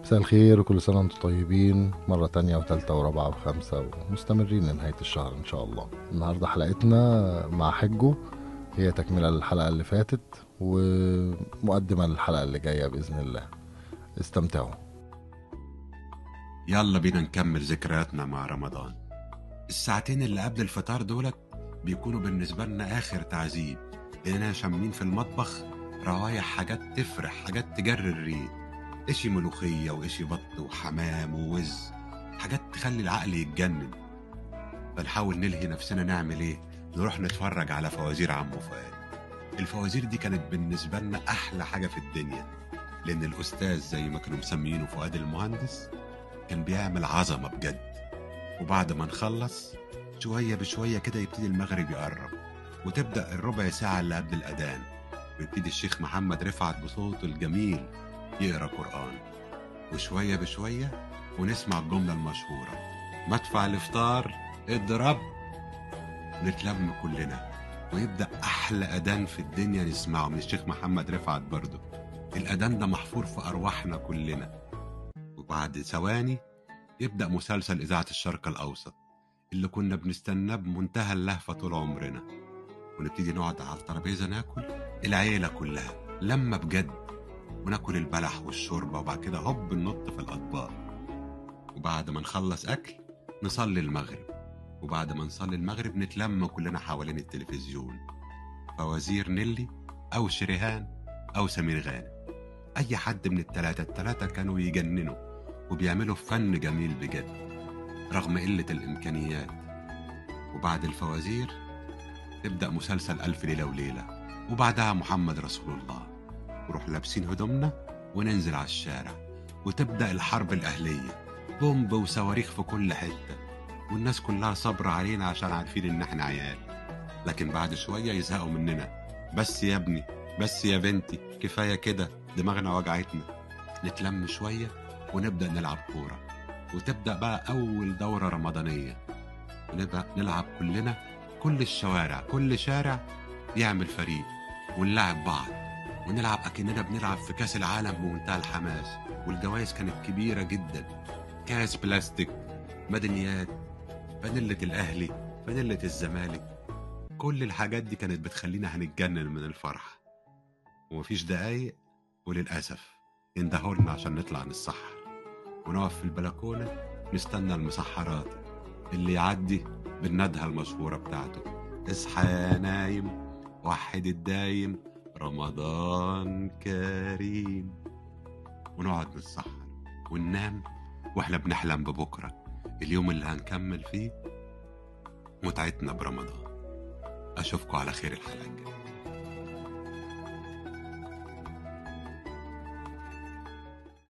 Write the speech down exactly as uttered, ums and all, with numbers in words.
مساء الخير وكل سنة وانتم طيبين مرة تانية وتالتة ورابعة وخامسة ومستمرين لنهاية الشهر إن شاء الله. النهاردة حلقتنا مع حجه، هي تكملة للحلقة اللي فاتت ومقدمة للحلقة اللي جاية بإذن الله. استمتعوا. يلا بينا نكمل ذكرياتنا مع رمضان. الساعتين اللي قبل الفطار دولت بيكونوا بالنسبة لنا آخر تعذيب، لأننا شامين في المطبخ روايح، حاجات تفرح، حاجات تجري الريق، إشي ملوخية وإشي بط وحمام ووز، حاجات تخلي العقل يتجنن. فنحاول نلهي نفسنا نعمل إيه؟ نروح نتفرج على فوازير عمو فؤاد. الفوازير دي كانت بالنسبة لنا أحلى حاجة في الدنيا، لأن الأستاذ زي ما كانوا مسمينه فؤاد المهندس كان بيعمل عظمة بجد. وبعد ما نخلص شوية بشوية كده يبتدي المغرب يقرب، وتبدأ الربع ساعة اللي قبل الأذان، ويبتدي الشيخ محمد رفعت بصوته الجميل يقرأ قرآن. وشوية بشوية ونسمع الجملة المشهورة: مدفع الإفطار اضرب. نتلم كلنا ويبدأ أحلى أذان في الدنيا نسمعه من الشيخ محمد رفعت برضه. الأذان ده محفور في أرواحنا كلنا. وبعد ثواني يبدأ مسلسل إذاعة الشرق الأوسط اللي كنا بنستناه بمنتهى اللهفة طول عمرنا، ونبتدي نقعد على الترابيزة ناكل العيلة كلها لما بجد، وناكل البلح والشوربة، وبعد كده هوب ننط في الأطباق. وبعد ما نخلص أكل نصلي المغرب، وبعد ما نصلي المغرب نتلم كلنا حوالين التلفزيون، فوازير نيلي أو شريهان أو سمير غانم، أي حد من التلاتة. التلاتة كانوا يجننوا وبيعملوا فن جميل بجد رغم قلة الإمكانيات. وبعد الفوازير تبدأ مسلسل ألف ليلة وليلة، وبعدها محمد رسول الله، وروح لابسين هدومنا وننزل على الشارع، وتبدأ الحرب الأهلية، بومب وصواريخ في كل حتة، والناس كلها صبر علينا عشان عارفين إن احنا عيال. لكن بعد شوية يزهقوا مننا: بس يا ابني، بس يا بنتي، كفاية كده، دماغنا وجعتنا. نتلم شوية ونبدأ نلعب كورة، وتبدأ بقى أول دورة رمضانية، ونبدأ نلعب كلنا، كل الشوارع، كل شارع يعمل فريق ونلعب بعض، ونلعب أكننا بنلعب في كاس العالم بمنتهى الحماس. والجوائز كانت كبيرة جدا: كاس بلاستيك، ميداليات، فانيلة الأهلي، فانيلة الزمالك. كل الحاجات دي كانت بتخلينا هنتجنن من الفرحة. ومفيش دقايق وللأسف اندهولنا عشان نطلع نتسحر، ونقف في البلكونة نستنى المسحرات اللي يعدي بالندهة المشهورة بتاعته: اصحى يا نايم، وحد الدايم، رمضان كريم. ونقعد نتسحر وننام واحنا بنحلم ببكرة، اليوم اللي هنكمل فيه متعتنا برمضان. أشوفكم على خير الحلقة الجاية.